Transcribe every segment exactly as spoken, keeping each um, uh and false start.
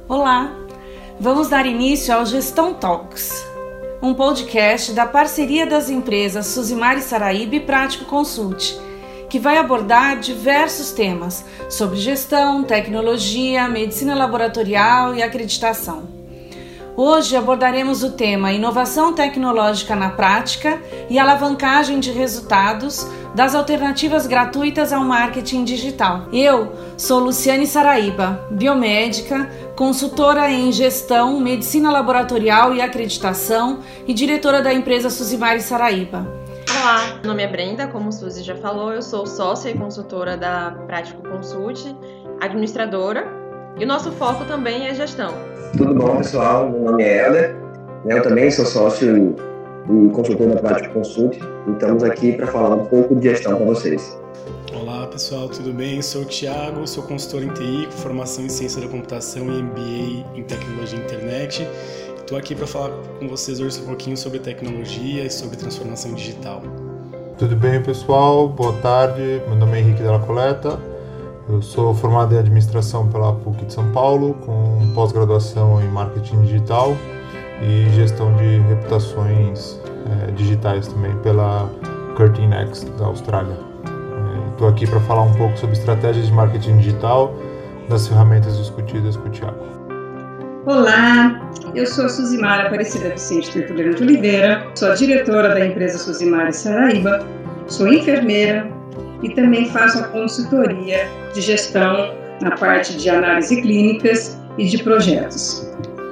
Olá, vamos dar início ao Gestão Talks, um podcast da parceria das empresas Suzimar e Saraíba e Prático Consult, que vai abordar diversos temas sobre gestão, tecnologia, medicina laboratorial e acreditação. Hoje abordaremos o tema Inovação Tecnológica na Prática e Alavancagem de Resultados das Alternativas Gratuitas ao Marketing Digital. Eu sou Luciane Saraíba, biomédica, consultora em Gestão, Medicina Laboratorial e Acreditação e diretora da empresa Suzimar e Saraíba. Olá, meu nome é Brenda, como Suzy já falou, eu sou sócia e consultora da Prático Consult, administradora, e o nosso foco também é gestão. Tudo bom, pessoal? Meu nome é Helder, eu também sou sócio e consultor da Prático Consult e estamos aqui para falar um pouco de gestão para vocês. Olá, pessoal, tudo bem? Sou o Thiago, sou consultor em T I, com formação em Ciência da Computação e M B A em Tecnologia e Internet. Estou aqui para falar com vocês hoje um pouquinho sobre tecnologia e sobre transformação digital. Tudo bem, pessoal? Boa tarde. Meu nome é Henrique Della Coleta. Eu sou formado em Administração pela P U C de São Paulo, com pós-graduação em Marketing Digital e Gestão de Reputações é, Digitais também pela Curtin Next da Austrália. Estou aqui para falar um pouco sobre estratégias de marketing digital, das ferramentas discutidas com o Thiago. Olá, eu sou a Suzimar Aparecida Vicente Tertuliano de Oliveira, sou a diretora da empresa Suzimar e Saraíba, sou enfermeira e também faço a consultoria de gestão na parte de análise clínicas e de projetos.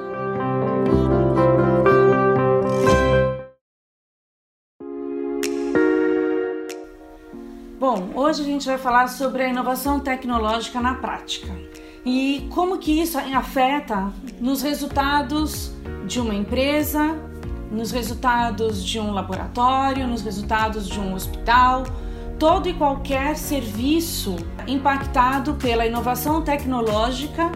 Bom, hoje a gente vai falar sobre a inovação tecnológica na prática e como que isso afeta nos resultados de uma empresa, nos resultados de um laboratório, nos resultados de um hospital, todo e qualquer serviço impactado pela inovação tecnológica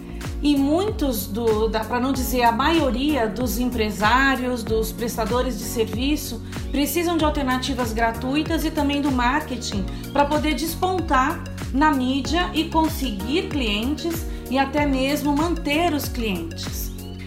e muitos, do, para não dizer a maioria dos empresários, dos prestadores de serviço, precisam de alternativas gratuitas e também do marketing para poder despontar na mídia e conseguir clientes e até mesmo manter os clientes.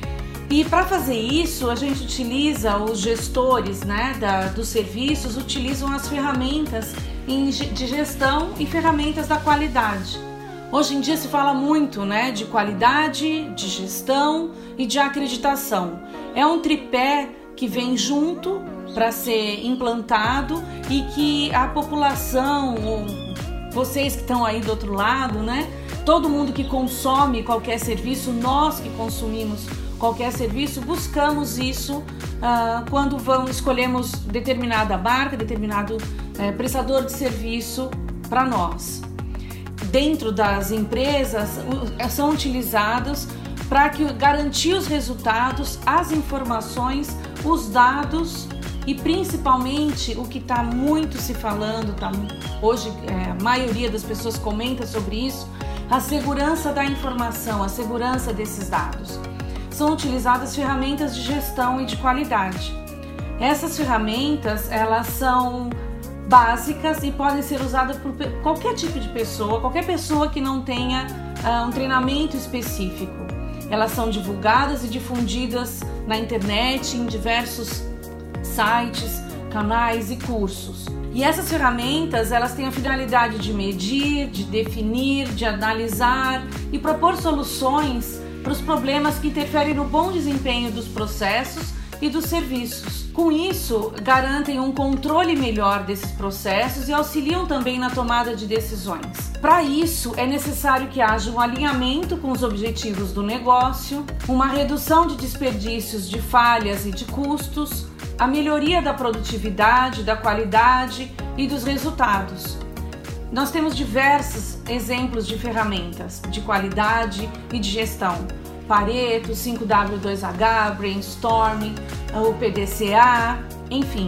E para fazer isso, a gente utiliza, os gestores né, da, dos serviços utilizam as ferramentas em, de gestão e ferramentas da qualidade. Hoje em dia se fala muito né, de qualidade, de gestão e de acreditação. É um tripé que vem junto para ser implantado e que a população, vocês que estão aí do outro lado, né, todo mundo que consome qualquer serviço, nós que consumimos qualquer serviço, buscamos isso uh, quando vamos, escolhemos determinada marca, determinado uh, prestador de serviço para nós. Dentro das empresas uh, são utilizados para que garantir os resultados, as informações, os dados e principalmente o que está muito se falando, tá, hoje é, a maioria das pessoas comenta sobre isso, a segurança da informação, a segurança desses dados. São utilizadas ferramentas de gestão e de qualidade. Essas ferramentas, elas são básicas e podem ser usadas por qualquer tipo de pessoa, qualquer pessoa que não tenha uh, um treinamento específico. Elas são divulgadas e difundidas na internet, em diversos sites, canais e cursos. E essas ferramentas, elas têm a finalidade de medir, de definir, de analisar e propor soluções para os problemas que interferem no bom desempenho dos processos e dos serviços. Com isso, garantem um controle melhor desses processos e auxiliam também na tomada de decisões. Para isso, é necessário que haja um alinhamento com os objetivos do negócio, uma redução de desperdícios, de falhas e de custos, a melhoria da produtividade, da qualidade e dos resultados. Nós temos diversos exemplos de ferramentas de qualidade e de gestão. Pareto, cinco W dois H, Brainstorm, o P D C A, enfim.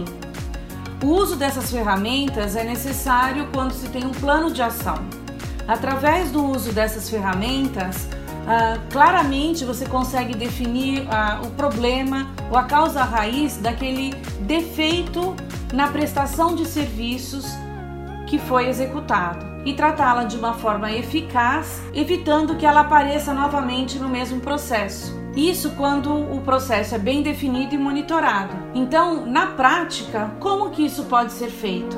O uso dessas ferramentas é necessário quando se tem um plano de ação. Através do uso dessas ferramentas, Uh, claramente você consegue definir uh, o problema ou a causa raiz daquele defeito na prestação de serviços que foi executado. e tratá-la de uma forma eficaz, evitando que ela apareça novamente no mesmo processo. Isso quando o processo é bem definido e monitorado. Então, na prática, como que isso pode ser feito?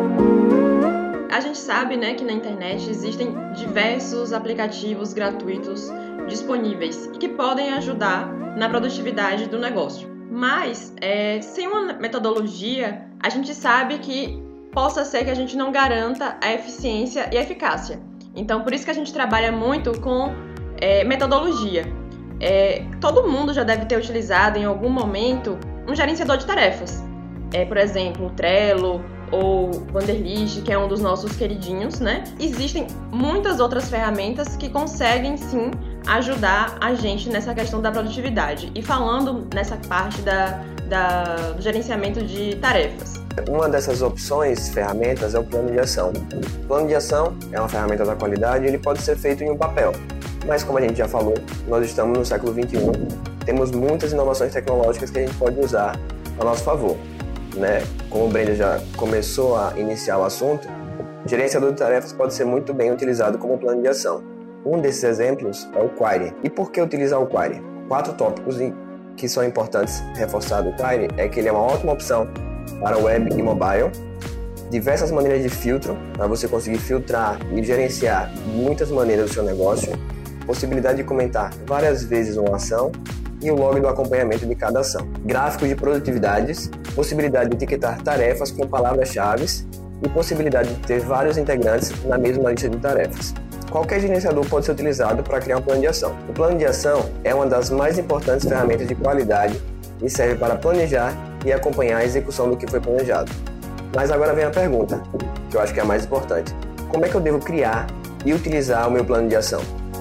A gente sabe, né, que na internet existem diversos aplicativos gratuitos disponíveis e que podem ajudar na produtividade do negócio. Mas, é, sem uma metodologia, a gente sabe que possa ser que a gente não garanta a eficiência e a eficácia. Então, por isso que a gente trabalha muito com é, metodologia. É, todo mundo já deve ter utilizado em algum momento um gerenciador de tarefas. É, por exemplo, o Trello ou o Wanderlist, que é um dos nossos queridinhos, né? Existem muitas outras ferramentas que conseguem, sim, ajudar a gente nessa questão da produtividade. E falando nessa parte da, da, do gerenciamento de tarefas. Uma dessas opções, ferramentas, é o plano de ação. O plano de ação é uma ferramenta da qualidade e ele pode ser feito em um papel. Mas, como a gente já falou, nós estamos no século vinte e um, temos muitas inovações tecnológicas que a gente pode usar a nosso favor. Né? Como o Brenda já começou a iniciar o assunto, o gerenciador de tarefas pode ser muito bem utilizado como plano de ação. Um desses exemplos é o Query. E por que utilizar o Query? Quatro tópicos que são importantes reforçar do Query é que ele é uma ótima opção para web e mobile, diversas maneiras de filtro, para você conseguir filtrar e gerenciar muitas maneiras do seu negócio, possibilidade de comentar várias vezes uma ação e o log do acompanhamento de cada ação. Gráficos de produtividades, possibilidade de etiquetar tarefas com palavras-chave e possibilidade de ter vários integrantes na mesma lista de tarefas. Qualquer gerenciador pode ser utilizado para criar um plano de ação. O plano de ação é uma das mais importantes ferramentas de qualidade e serve para planejar e acompanhar a execução do que foi planejado. Mas agora vem a pergunta, que eu acho que é a mais importante. Como é que eu devo criar e utilizar o meu plano de ação?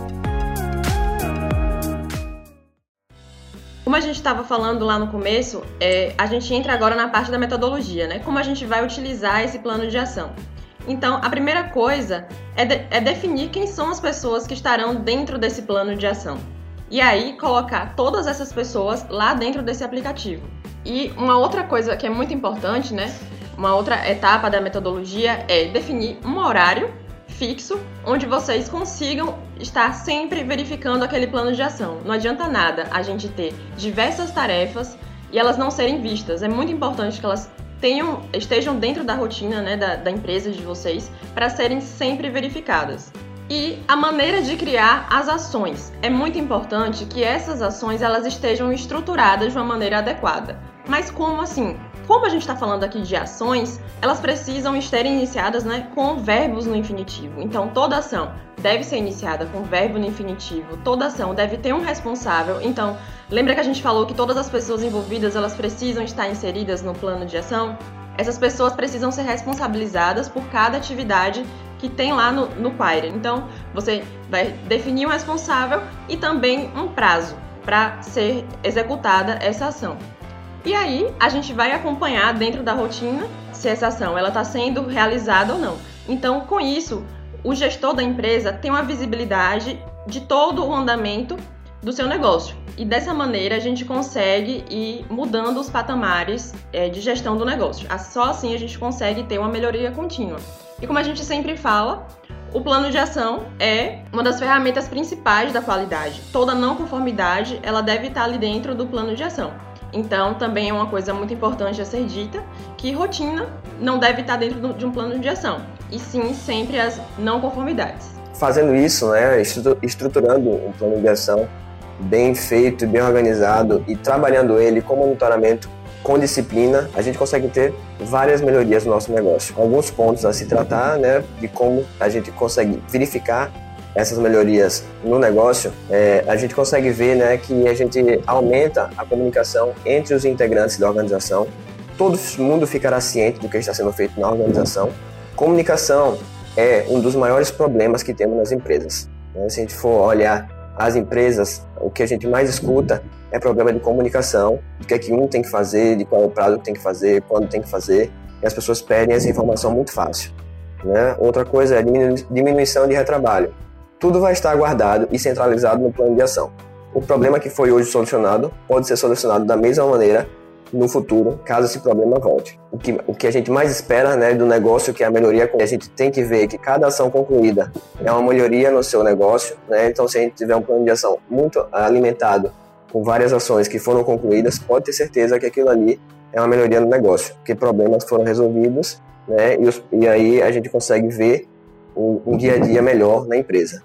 Como a gente estava falando lá no começo, é, a gente entra agora na parte da metodologia, né? Como a gente vai utilizar esse plano de ação. Então, a primeira coisa é, de, é definir quem são as pessoas que estarão dentro desse plano de ação. E aí, colocar todas essas pessoas lá dentro desse aplicativo. E uma outra coisa que é muito importante, né? Uma outra etapa da metodologia é definir um horário fixo, onde vocês consigam estar sempre verificando aquele plano de ação. Não adianta nada a gente ter diversas tarefas e elas não serem vistas. É muito importante que elas tenham, estejam dentro da rotina, né, da, da empresa de vocês para serem sempre verificadas. E a maneira de criar as ações. É muito importante que essas ações elas estejam estruturadas de uma maneira adequada. Mas como assim? Como a gente está falando aqui de ações, elas precisam estar iniciadas, né, com verbos no infinitivo. Então, toda ação deve ser iniciada com verbo no infinitivo. Toda ação deve ter um responsável. Então, lembra que a gente falou que todas as pessoas envolvidas elas precisam estar inseridas no plano de ação? Essas pessoas precisam ser responsabilizadas por cada atividade que tem lá no, no Query. Então, você vai definir um responsável e também um prazo para ser executada essa ação. E aí, a gente vai acompanhar dentro da rotina se essa ação está sendo realizada ou não. Então, com isso, o gestor da empresa tem uma visibilidade de todo o andamento do seu negócio. E dessa maneira, a gente consegue ir mudando os patamares é, de gestão do negócio. Só assim a gente consegue ter uma melhoria contínua. E como a gente sempre fala, o plano de ação é uma das ferramentas principais da qualidade. Toda não conformidade, ela deve estar ali dentro do plano de ação. Então, também é uma coisa muito importante a ser dita, que rotina não deve estar dentro de um plano de ação, e sim sempre as não conformidades. Fazendo isso, né, estruturando um plano de ação bem feito, bem organizado e trabalhando ele com monitoramento, com disciplina, a gente consegue ter várias melhorias no nosso negócio. Alguns pontos a se tratar, né, de como a gente consegue verificar essas melhorias no negócio, é, a gente consegue ver, né, que a gente aumenta a comunicação entre os integrantes da organização, todo mundo ficará ciente do que está sendo feito na organização. Comunicação é um dos maiores problemas que temos nas empresas, né? Se a gente for olhar as empresas, o que a gente mais escuta é problema de comunicação, do que é que um tem que fazer, de qual é o prazo que tem que fazer, quando tem que fazer, e as pessoas perdem essa informação muito fácil, né? Outra coisa é a diminuição de retrabalho. Tudo vai estar guardado e centralizado no plano de ação. O problema que foi hoje solucionado pode ser solucionado da mesma maneira no futuro, caso esse problema volte. O que, o que a gente mais espera, né, do negócio, que é a melhoria, a gente tem que ver que cada ação concluída é uma melhoria no seu negócio, né? Então, se a gente tiver um plano de ação muito alimentado com várias ações que foram concluídas, pode ter certeza que aquilo ali é uma melhoria no negócio, porque problemas foram resolvidos, né? E, os, e aí a gente consegue ver um, um dia a dia melhor na empresa.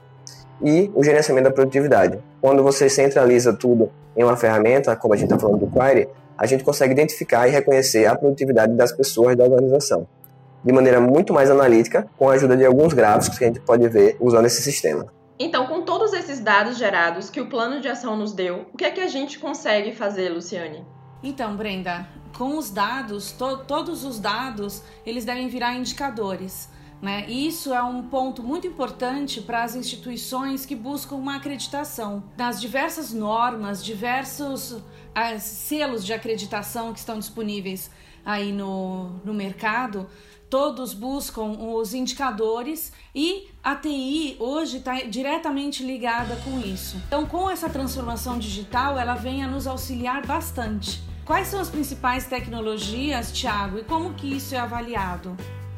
E o gerenciamento da produtividade. Quando você centraliza tudo em uma ferramenta, como a gente está falando do Query, a gente consegue identificar e reconhecer a produtividade das pessoas da organização de maneira muito mais analítica, com a ajuda de alguns gráficos que a gente pode ver usando esse sistema. Então, com todos esses dados gerados que o plano de ação nos deu, o que é que a gente consegue fazer, Luciane? Então, Brenda, com os dados, to- todos os dados, eles devem virar indicadores, né? E isso é um ponto muito importante para as instituições que buscam uma acreditação. Nas diversas normas, diversos uh, selos de acreditação que estão disponíveis aí no, no mercado, todos buscam os indicadores e a T I hoje está diretamente ligada com isso. Então, com essa transformação digital, ela vem a nos auxiliar bastante. Quais são as principais tecnologias, Thiago, e como que isso é avaliado?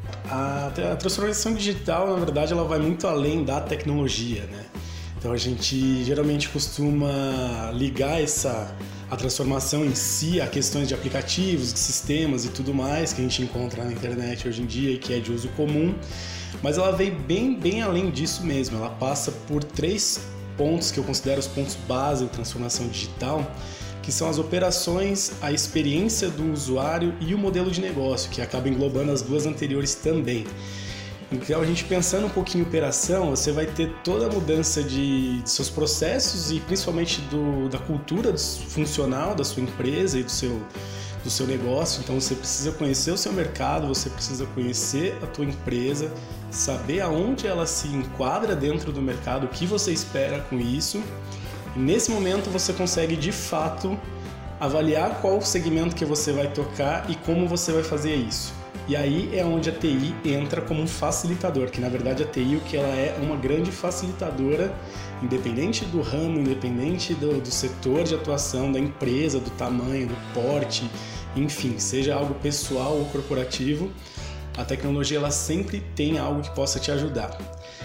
A, a transformação digital, na verdade, ela vai muito além da tecnologia, né? Então a gente geralmente costuma ligar essa, a transformação em si a questões de aplicativos, de sistemas e tudo mais que a gente encontra na internet hoje em dia e que é de uso comum, mas ela veio bem, bem além disso mesmo. Ela passa por três pontos que eu considero os pontos base da transformação digital, que são as operações, a experiência do usuário e o modelo de negócio, que acaba englobando as duas anteriores também. Então, a gente pensando um pouquinho em operação, você vai ter toda a mudança de, de seus processos e principalmente do, da cultura funcional da sua empresa e do seu, do seu negócio. Então, você precisa conhecer o seu mercado, você precisa conhecer a tua empresa, saber aonde ela se enquadra dentro do mercado, o que você espera com isso. E nesse momento, você consegue, de fato, avaliar qual segmento que você vai tocar e como você vai fazer isso. E aí é onde a T I entra como um facilitador, que na verdade a T I o que ela é uma grande facilitadora, independente do ramo, independente do, do setor de atuação, da empresa, do tamanho, do porte, enfim, seja algo pessoal ou corporativo, a tecnologia ela sempre tem algo que possa te ajudar.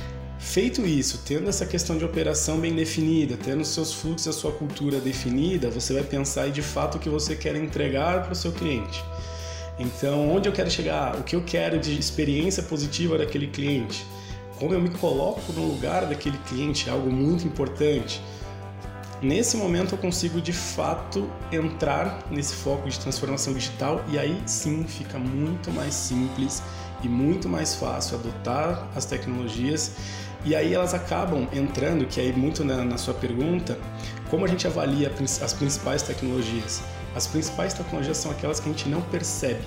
Feito isso, tendo essa questão de operação bem definida, tendo os seus fluxos e a sua cultura definida, você vai pensar em de fato o que você quer entregar para o seu cliente. Então, onde eu quero chegar, o que eu quero de experiência positiva daquele cliente, como eu me coloco no lugar daquele cliente, é algo muito importante. Nesse momento eu consigo de fato entrar nesse foco de transformação digital e aí sim fica muito mais simples e muito mais fácil adotar as tecnologias e aí elas acabam entrando, que aí muito na, na sua pergunta, como a gente avalia as principais tecnologias. As principais tecnologias são aquelas que a gente não percebe,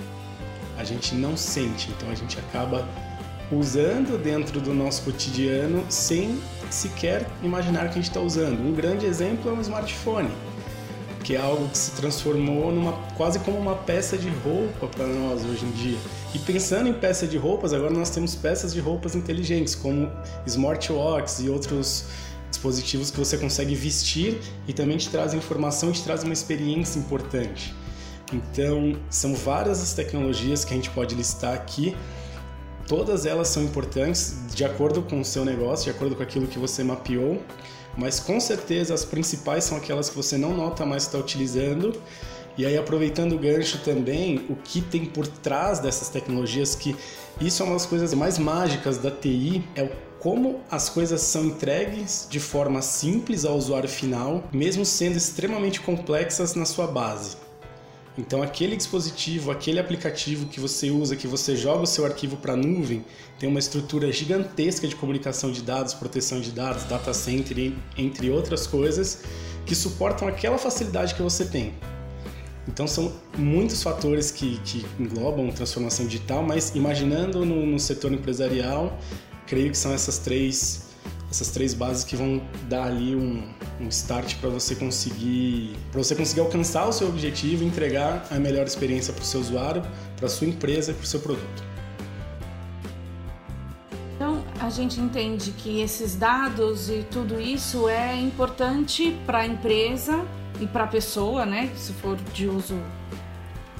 a gente não sente, então a gente acaba usando dentro do nosso cotidiano sem sequer imaginar que a gente está usando. Um grande exemplo é um smartphone, que é algo que se transformou numa, quase como uma peça de roupa para nós hoje em dia. E pensando em peça de roupas, agora nós temos peças de roupas inteligentes, como smartwatches e outros dispositivos que você consegue vestir e também te traz informação e te traz uma experiência importante. Então, são várias as tecnologias que a gente pode listar aqui. Todas elas são importantes de acordo com o seu negócio, de acordo com aquilo que você mapeou, mas com certeza as principais são aquelas que você não nota mais que está utilizando. E aí, aproveitando o gancho também, o que tem por trás dessas tecnologias, que isso é uma das coisas mais mágicas da T I, é o como as coisas são entregues de forma simples ao usuário final, mesmo sendo extremamente complexas na sua base. Então aquele dispositivo, aquele aplicativo que você usa, que você joga o seu arquivo para a nuvem, tem uma estrutura gigantesca de comunicação de dados, proteção de dados, data center, entre outras coisas, que suportam aquela facilidade que você tem. Então são muitos fatores que, que englobam transformação digital, mas imaginando no, no setor empresarial, creio que são essas três, essas três bases que vão dar ali um, um start para você conseguir, para você conseguir alcançar o seu objetivo e entregar a melhor experiência para o seu usuário, para a sua empresa e para o seu produto. Então, a gente entende que esses dados e tudo isso é importante para a empresa e para a pessoa, né, se for de uso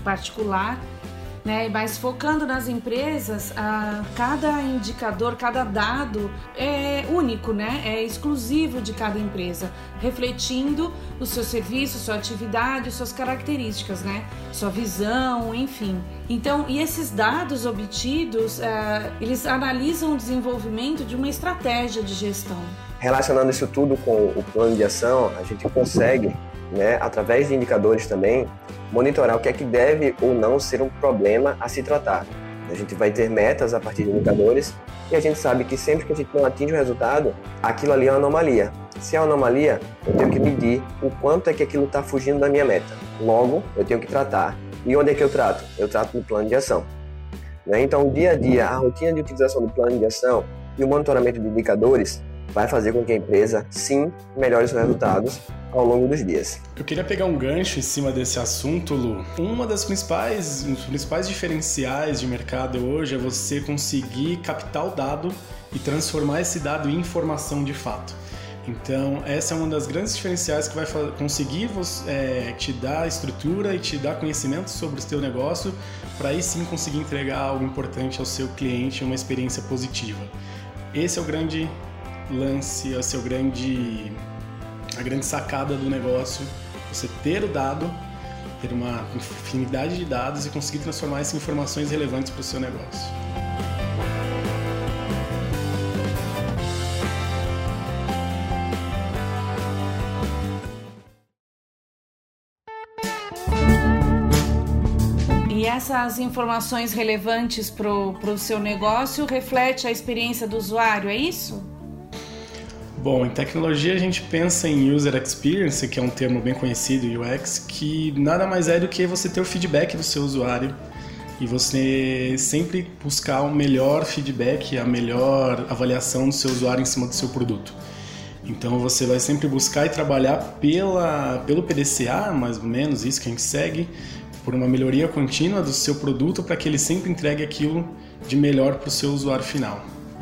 particular, né? Mas focando nas empresas, a, cada indicador, cada dado é único, né? É exclusivo de cada empresa, refletindo o seu serviço, sua atividade, suas características, né? Sua visão, enfim. Então, e esses dados obtidos, é, eles analisam o desenvolvimento de uma estratégia de gestão. Relacionando isso tudo com o plano de ação, a gente consegue, né, através de indicadores também, monitorar o que é que deve ou não ser um problema a se tratar. A gente vai ter metas a partir de indicadores e a gente sabe que sempre que a gente não atinge o resultado, aquilo ali é uma anomalia. Se é uma anomalia, eu tenho que medir o quanto é que aquilo está fugindo da minha meta. Logo, eu tenho que tratar. E onde é que eu trato? Eu trato no plano de ação. Né? Então, o dia a dia, a rotina de utilização do plano de ação e o monitoramento de indicadores vai fazer com que a empresa, sim, melhore os resultados ao longo dos dias. Eu queria pegar um gancho em cima desse assunto, Lu. Uma das principais, um dos principais diferenciais de mercado hoje é você conseguir captar o dado e transformar esse dado em informação de fato. Então, essa é uma das grandes diferenciais que vai conseguir é, te dar estrutura e te dar conhecimento sobre o seu negócio para aí sim conseguir entregar algo importante ao seu cliente, uma experiência positiva. Esse é o grande lance, esse é o grande, a grande sacada do negócio, você ter o dado, ter uma infinidade de dados e conseguir transformar isso em informações relevantes para o seu negócio. E essas informações relevantes para o seu negócio reflete a experiência do usuário, é isso? Bom, em tecnologia a gente pensa em User Experience, que é um termo bem conhecido, U X, que nada mais é do que você ter o feedback do seu usuário e você sempre buscar o melhor feedback, a melhor avaliação do seu usuário em cima do seu produto. Então você vai sempre buscar e trabalhar pela, pelo P D C A, mais ou menos isso que a gente segue, por uma melhoria contínua do seu produto para que ele sempre entregue aquilo de melhor para o seu usuário final.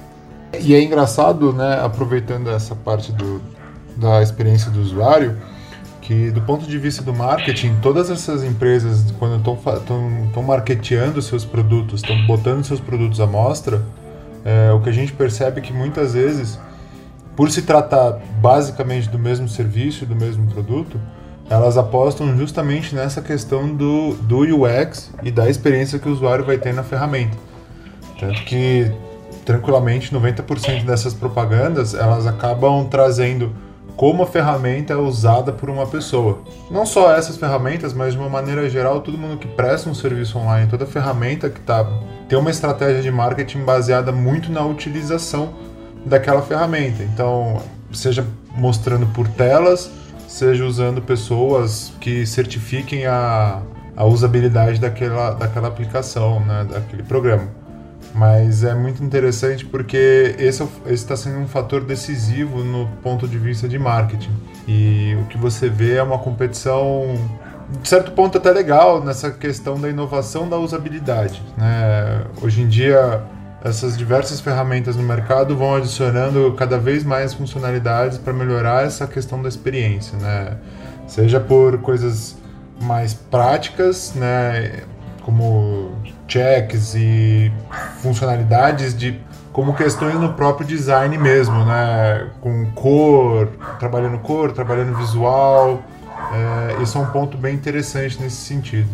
E é engraçado, né, aproveitando essa parte do, da experiência do usuário, que do ponto de vista do marketing, todas essas empresas, quando estão marketeando seus produtos, estão botando seus produtos à mostra, é, o que a gente percebe é que muitas vezes, por se tratar basicamente do mesmo serviço, do mesmo produto, elas apostam justamente nessa questão do, do U X e da experiência que o usuário vai ter na ferramenta. Tanto que, tranquilamente, noventa por cento dessas propagandas, elas acabam trazendo como a ferramenta é usada por uma pessoa. Não só essas ferramentas, mas de uma maneira geral, todo mundo que presta um serviço online, toda ferramenta que tá, tem uma estratégia de marketing baseada muito na utilização daquela ferramenta. Então, seja mostrando por telas, seja usando pessoas que certifiquem a, a usabilidade daquela, daquela aplicação, né, daquele programa. Mas é muito interessante porque esse está sendo um fator decisivo no ponto de vista de marketing. E o que você vê é uma competição, de certo ponto até legal, nessa questão da inovação da usabilidade, né? Hoje em dia, essas diversas ferramentas no mercado vão adicionando cada vez mais funcionalidades para melhorar essa questão da experiência, né? Seja por coisas mais práticas, né, como checks e funcionalidades de, como questões no próprio design mesmo, né, com cor, trabalhando cor, trabalhando visual. É, isso é um ponto bem interessante nesse sentido.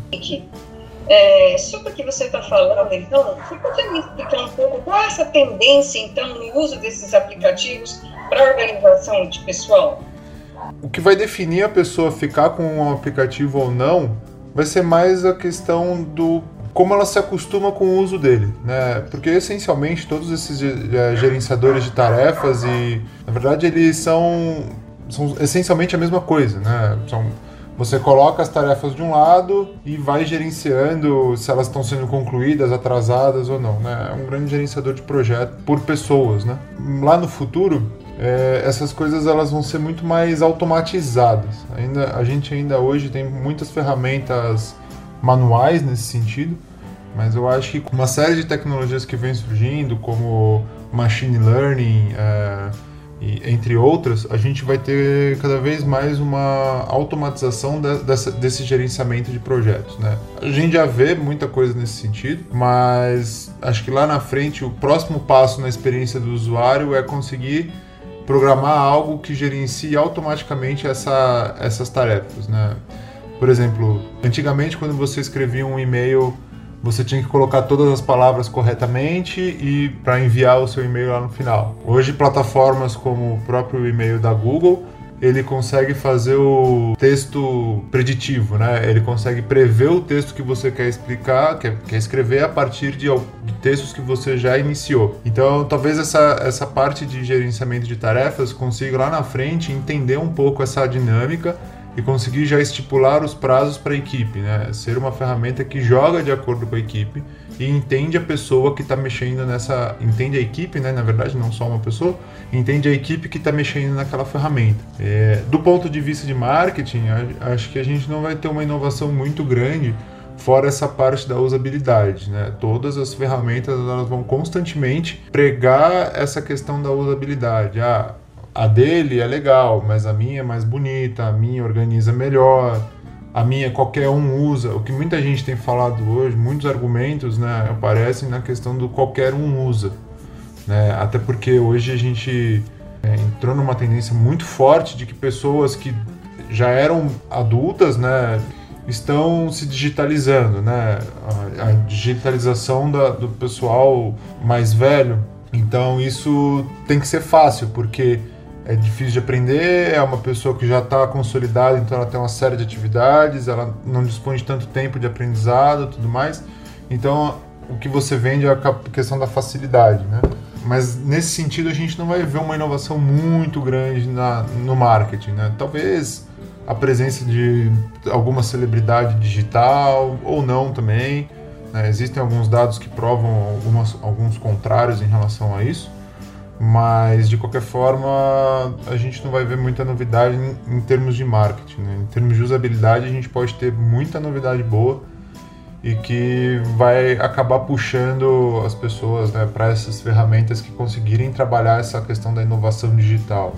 É, sobre o que você está falando, então, você pode me explicar um pouco qual é essa tendência, então, no uso desses aplicativos para a organização de pessoal? O que vai definir a pessoa ficar com um aplicativo ou não vai ser mais a questão do como ela se acostuma com o uso dele, né? Porque essencialmente todos esses gerenciadores de tarefas e, na verdade, eles são, são essencialmente a mesma coisa, né? São, você coloca as tarefas de um lado e vai gerenciando se elas estão sendo concluídas, atrasadas ou não, né? É um grande gerenciador de projeto por pessoas, né? Lá no futuro, é, essas coisas elas vão ser muito mais automatizadas. Ainda, a gente ainda hoje tem muitas ferramentas manuais nesse sentido, mas eu acho que com uma série de tecnologias que vem surgindo, como machine learning, é, e, entre outras, a gente vai ter cada vez mais uma automatização de, dessa, desse gerenciamento de projetos, né? A gente já vê muita coisa nesse sentido, mas acho que lá na frente o próximo passo na experiência do usuário é conseguir programar algo que gerencie automaticamente essa, essas tarefas, né? Por exemplo, antigamente quando você escrevia um e-mail, você tinha que colocar todas as palavras corretamente e para enviar o seu e-mail lá no final. Hoje, plataformas como o próprio e-mail da Google, ele consegue fazer o texto preditivo, né? Ele consegue prever o texto que você quer explicar, quer, quer escrever a partir de, de textos que você já iniciou. Então, talvez essa, essa parte de gerenciamento de tarefas consiga lá na frente entender um pouco essa dinâmica e conseguir já estipular os prazos para a equipe, né? Ser uma ferramenta que joga de acordo com a equipe e entende a pessoa que está mexendo nessa... Entende a equipe, né? Na verdade, não só uma pessoa. Entende a equipe que está mexendo naquela ferramenta. É, do ponto de vista de marketing, acho que a gente não vai ter uma inovação muito grande fora essa parte da usabilidade, né? Todas as ferramentas elas vão constantemente pregar essa questão da usabilidade. Ah, a dele é legal, mas a minha é mais bonita, a minha organiza melhor, a minha qualquer um usa. O que muita gente tem falado hoje, muitos argumentos, né, aparecem na questão do qualquer um usa, né? Até porque hoje a gente é, entrou numa tendência muito forte de que pessoas que já eram adultas, né, estão se digitalizando, né? A, a digitalização da, do pessoal mais velho. Então isso tem que ser fácil, porque é difícil de aprender, é uma pessoa que já está consolidada, então ela tem uma série de atividades, ela não dispõe de tanto tempo de aprendizado e tudo mais. Então, o que você vende é a questão da facilidade, né? Mas, nesse sentido, a gente não vai ver uma inovação muito grande na, no marketing, né? Talvez a presença de alguma celebridade digital, ou não também, né? Existem alguns dados que provam algumas, alguns contrários em relação a isso. Mas, de qualquer forma, a gente não vai ver muita novidade em, em termos de marketing, né? Em termos de usabilidade, a gente pode ter muita novidade boa e que vai acabar puxando as pessoas, né, para essas ferramentas que conseguirem trabalhar essa questão da inovação digital.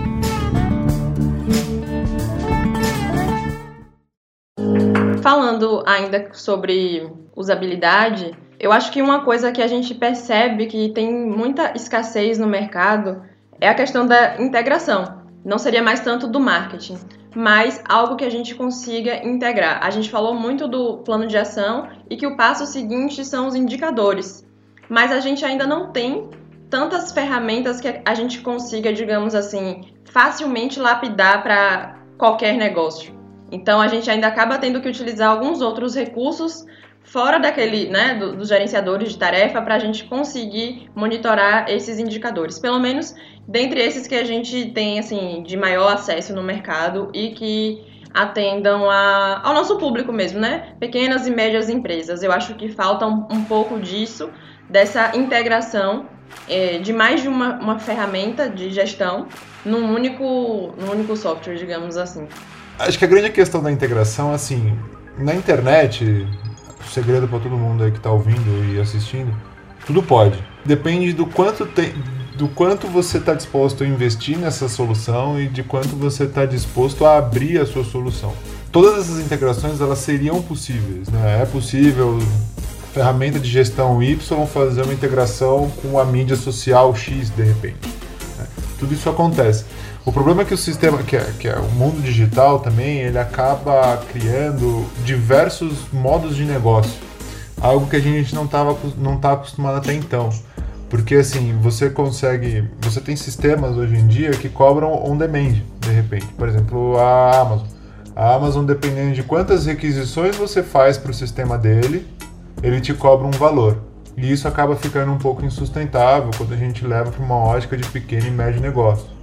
Falando ainda sobre usabilidade, eu acho que uma coisa que a gente percebe que tem muita escassez no mercado é a questão da integração. Não seria mais tanto do marketing, mas algo que a gente consiga integrar. A gente falou muito do plano de ação e que o passo seguinte são os indicadores, mas a gente ainda não tem tantas ferramentas que a gente consiga, digamos assim, facilmente lapidar para qualquer negócio. Então a gente ainda acaba tendo que utilizar alguns outros recursos fora daquele, né, do, dos gerenciadores de tarefa para a gente conseguir monitorar esses indicadores. Pelo menos dentre esses que a gente tem assim, de maior acesso no mercado e que atendam a, ao nosso público mesmo, né? Pequenas e médias empresas. Eu acho que falta um, um pouco disso, dessa integração é, de mais de uma, uma ferramenta de gestão num único, num único software, digamos assim. Acho que a grande questão da integração, assim, na internet, o segredo para todo mundo aí que está ouvindo e assistindo, tudo pode. Depende do quanto, tem, do quanto você está disposto a investir nessa solução e de quanto você está disposto a abrir a sua solução. Todas essas integrações, elas seriam possíveis, né? É possível, ferramenta de gestão Y, fazer uma integração com a mídia social X, de repente, né? Tudo isso acontece. O problema é que o sistema, que é, que é o mundo digital também, ele acaba criando diversos modos de negócio. Algo que a gente não estava não tá acostumado até então. Porque assim, você consegue... Você tem sistemas hoje em dia que cobram on demand, de repente. Por exemplo, a Amazon. A Amazon, dependendo de quantas requisições você faz para o sistema dele, ele te cobra um valor. E isso acaba ficando um pouco insustentável quando a gente leva para uma ótica de pequeno e médio negócio.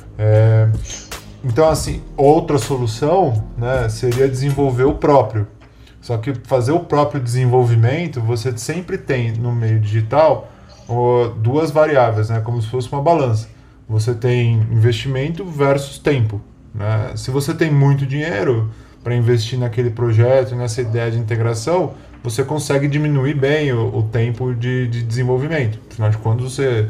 É, então, assim, outra solução, né, seria desenvolver o próprio. Só que fazer o próprio desenvolvimento, você sempre tem no meio digital ó, duas variáveis, né, como se fosse uma balança. Você tem investimento versus tempo, né? Se você tem muito dinheiro para investir naquele projeto, nessa ideia de integração, você consegue diminuir bem o, o tempo de, de desenvolvimento. Afinal de contas, você...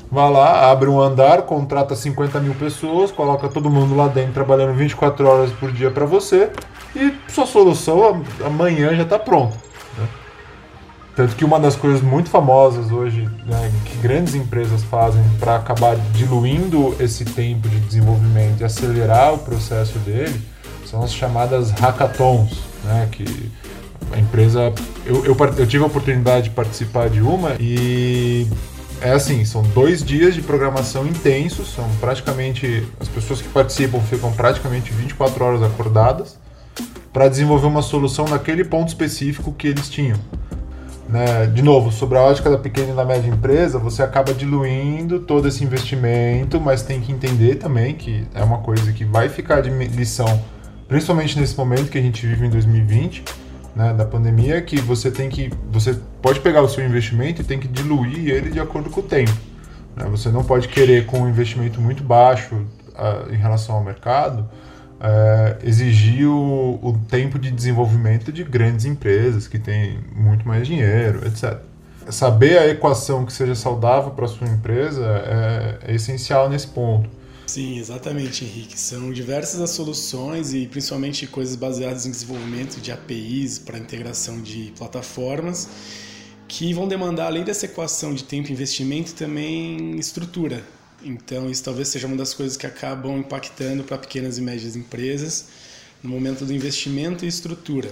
vai lá, abre um andar, contrata cinquenta mil pessoas, coloca todo mundo lá dentro trabalhando vinte e quatro horas por dia para você e sua solução amanhã já está pronta. Né? Tanto que uma das coisas muito famosas hoje, né, que grandes empresas fazem para acabar diluindo esse tempo de desenvolvimento e acelerar o processo dele, são as chamadas hackathons, né, que a empresa... Eu, eu, eu tive a oportunidade de participar de uma e... É assim, são dois dias de programação intensos, são praticamente, as pessoas que participam ficam praticamente vinte e quatro horas acordadas para desenvolver uma solução naquele ponto específico que eles tinham. Né? De novo, sobre a ótica da pequena e da média empresa, você acaba diluindo todo esse investimento, mas tem que entender também que é uma coisa que vai ficar de lição, principalmente nesse momento que a gente vive em dois mil e vinte, né, da pandemia, que você tem que, você pode pegar o seu investimento e tem que diluir ele de acordo com o tempo. Né? Você não pode querer, com um investimento muito baixo uh, em relação ao mercado, uh, exigir o, o tempo de desenvolvimento de grandes empresas que têm muito mais dinheiro, etcétera. Saber a equação que seja saudável para a sua empresa é, é essencial nesse ponto. Sim, exatamente, Henrique. São diversas as soluções e principalmente coisas baseadas em desenvolvimento de A P Is para integração de plataformas que vão demandar, além dessa equação de tempo e investimento, também estrutura. Então, isso talvez seja uma das coisas que acabam impactando para pequenas e médias empresas no momento do investimento e estrutura.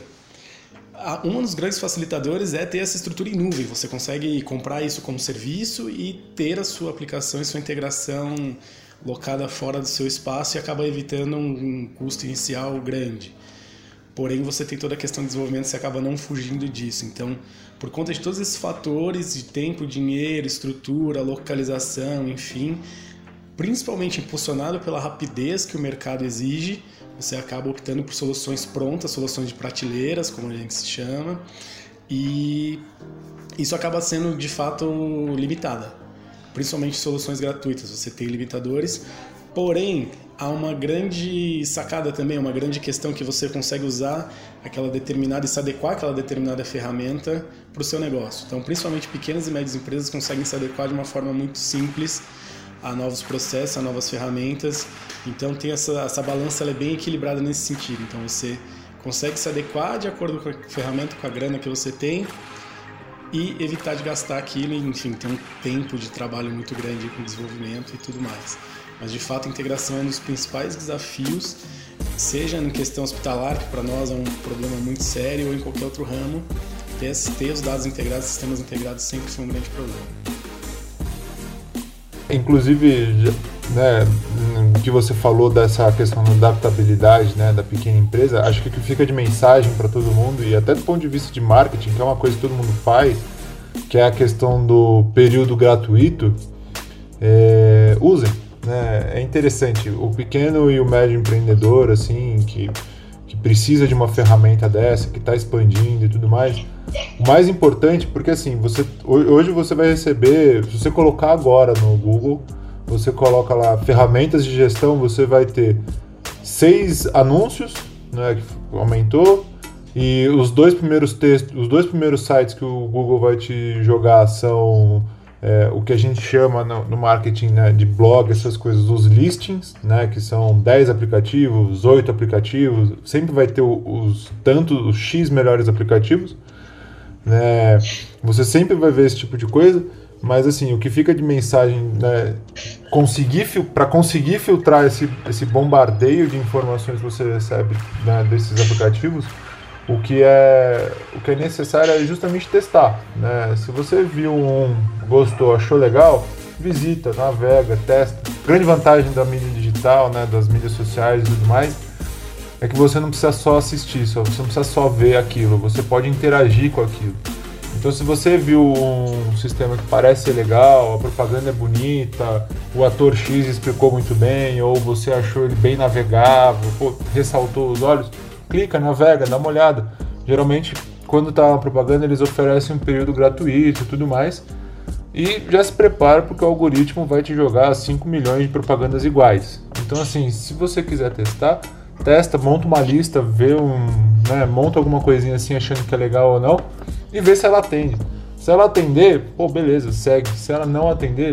Um dos grandes facilitadores é ter essa estrutura em nuvem. Você consegue comprar isso como serviço e ter a sua aplicação e sua integração locada fora do seu espaço e acaba evitando um custo inicial grande. Porém, você tem toda a questão de desenvolvimento, você acaba não fugindo disso. Então, por conta de todos esses fatores de tempo, dinheiro, estrutura, localização, enfim, principalmente impulsionado pela rapidez que o mercado exige, você acaba optando por soluções prontas, soluções de prateleiras, como a gente se chama, e isso acaba sendo, de fato, limitada. Principalmente soluções gratuitas, você tem limitadores, porém há uma grande sacada também, uma grande questão que você consegue usar aquela determinada e se adequar àquela determinada ferramenta para o seu negócio. Então, principalmente pequenas e médias empresas conseguem se adequar de uma forma muito simples a novos processos, a novas ferramentas. Então, tem essa, essa balança, ela é bem equilibrada nesse sentido. Então, você consegue se adequar de acordo com a ferramenta, com a grana que você tem, e evitar de gastar aquilo, enfim, tem um tempo de trabalho muito grande com desenvolvimento e tudo mais. Mas, de fato, a integração é um dos principais desafios, seja em questão hospitalar, que para nós é um problema muito sério, ou em qualquer outro ramo, ter, ter os dados integrados, sistemas integrados sempre foi um grande problema. Inclusive, né, que você falou dessa questão da adaptabilidade, né, da pequena empresa, acho que o que fica de mensagem para todo mundo, e até do ponto de vista de marketing, que é uma coisa que todo mundo faz, que é a questão do período gratuito, é, usem. Né? É interessante, o pequeno e o médio empreendedor, assim, que, que precisa de uma ferramenta dessa, que está expandindo e tudo mais, o mais importante, porque assim, você, hoje você vai receber, se você colocar agora no Google, você coloca lá ferramentas de gestão, você vai ter seis anúncios, né, que aumentou, e os dois primeiros textos, os dois primeiros sites que o Google vai te jogar são é, o que a gente chama no, no marketing, né, de blog, essas coisas, os listings, né, que são dez aplicativos, oito aplicativos, sempre vai ter os tanto os X melhores aplicativos, né, você sempre vai ver esse tipo de coisa. Mas assim, o que fica de mensagem, né, conseguir, para conseguir filtrar esse, esse bombardeio de informações que você recebe, né, desses aplicativos, o que, é, o que é necessário é justamente testar. Né? Se você viu um, gostou, achou legal, visita, navega, testa. A grande vantagem da mídia digital, né, das mídias sociais e tudo mais, é que você não precisa só assistir, só, você não precisa só ver aquilo, você pode interagir com aquilo. Então, se você viu um sistema que parece ser legal, a propaganda é bonita, o ator X explicou muito bem, ou você achou ele bem navegável, pô, ressaltou os olhos, clica, navega, dá uma olhada. Geralmente, quando está uma propaganda, eles oferecem um período gratuito e tudo mais, e já se prepara porque o algoritmo vai te jogar cinco milhões de propagandas iguais. Então, assim, se você quiser testar, testa, monta uma lista, vê um, né, monta alguma coisinha assim achando que é legal ou não, e vê se ela atende. Se ela atender, pô, beleza, segue. Se ela não atender,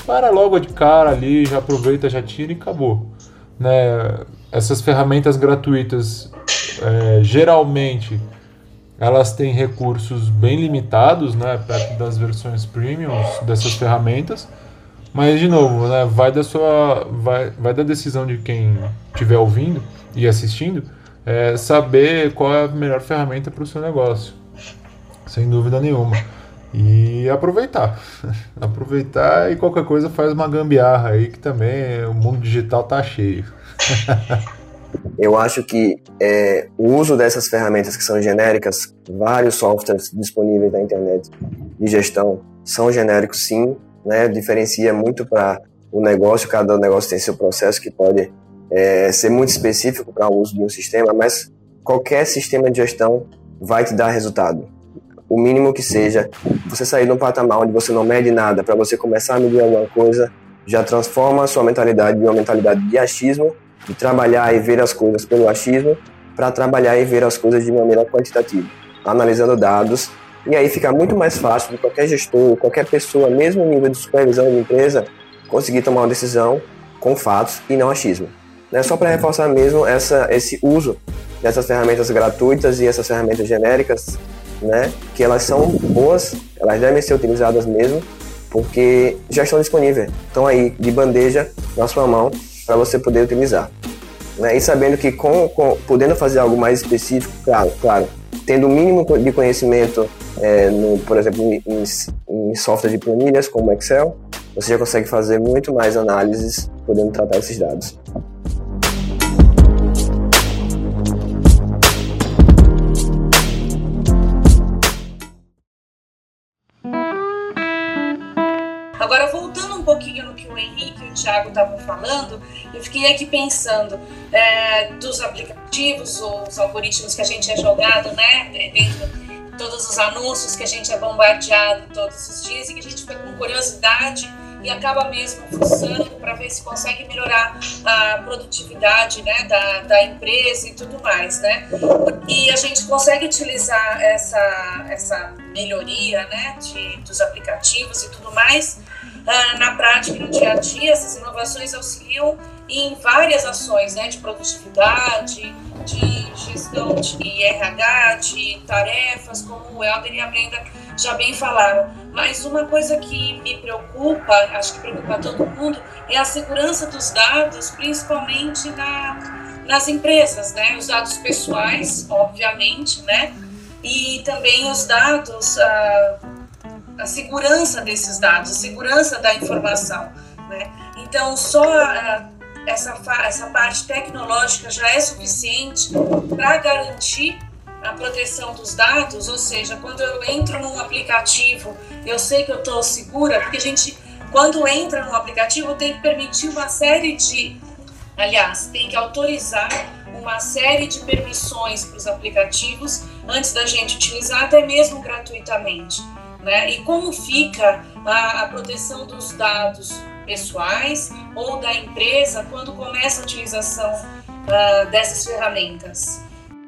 dispara logo de cara ali, já aproveita, já tira e acabou. Né? Essas ferramentas gratuitas, é, geralmente, elas têm recursos bem limitados, né, perto das versões premium dessas ferramentas. Mas, de novo, né, vai, da sua, vai, vai da decisão de quem estiver ouvindo e assistindo, é, saber qual é a melhor ferramenta para o seu negócio. Sem dúvida nenhuma. E aproveitar. Aproveitar e qualquer coisa faz uma gambiarra aí, que também o mundo digital tá cheio. Eu acho que é, o uso dessas ferramentas que são genéricas, vários softwares disponíveis na internet de gestão são genéricos, sim, né? Diferencia muito para o negócio, cada negócio tem seu processo que pode é, ser muito específico para o uso de um sistema, mas qualquer sistema de gestão vai te dar resultado. O mínimo que seja, você sair de um patamar onde você não mede nada, para você começar a medir alguma coisa, já transforma a sua mentalidade de uma mentalidade de achismo, de trabalhar e ver as coisas pelo achismo, para trabalhar e ver as coisas de maneira quantitativa, analisando dados, e aí fica muito mais fácil de qualquer gestor, qualquer pessoa, mesmo no nível de supervisão de empresa, conseguir tomar uma decisão com fatos e não achismo. Né? Só para reforçar mesmo essa, esse uso dessas ferramentas gratuitas e essas ferramentas genéricas, né, que elas são boas, elas devem ser utilizadas mesmo, porque já estão disponíveis, estão aí de bandeja na sua mão para você poder utilizar. Né, e sabendo que com, com, podendo fazer algo mais específico, claro, claro tendo o mínimo de conhecimento, é, no, por exemplo, em, em software de planilhas como o Excel, você já consegue fazer muito mais análises podendo tratar esses dados. Agora, voltando um pouquinho no que o Henrique e o Thiago estavam falando, eu fiquei aqui pensando é, dos aplicativos, os algoritmos que a gente é jogado, né, dentro de todos os anúncios que a gente é bombardeado todos os dias e que a gente fica com curiosidade e acaba mesmo fuçando para ver se consegue melhorar a produtividade, né, da, da empresa e tudo mais, né? E a gente consegue utilizar essa, essa melhoria, né, de, dos aplicativos e tudo mais uh, na prática, no dia a dia. Essas inovações auxiliam em várias ações, né, de produtividade, de gestão de R H, de tarefas, como o Helder e a Brenda já bem falaram. Mas uma coisa que me preocupa, acho que preocupa todo mundo, é a segurança dos dados, principalmente na, nas empresas, né? Os dados pessoais, obviamente, né? E também os dados, a, a segurança desses dados, a segurança da informação, né? Então, só a, essa, essa parte tecnológica já é suficiente para garantir a proteção dos dados, ou seja, quando eu entro num aplicativo, eu sei que eu estou segura, porque a gente, quando entra num aplicativo, tem que permitir uma série de, aliás, tem que autorizar uma série de permissões para os aplicativos antes da gente utilizar, até mesmo gratuitamente, né? E como fica a, a proteção dos dados pessoais ou da empresa quando começa a utilização uh, dessas ferramentas?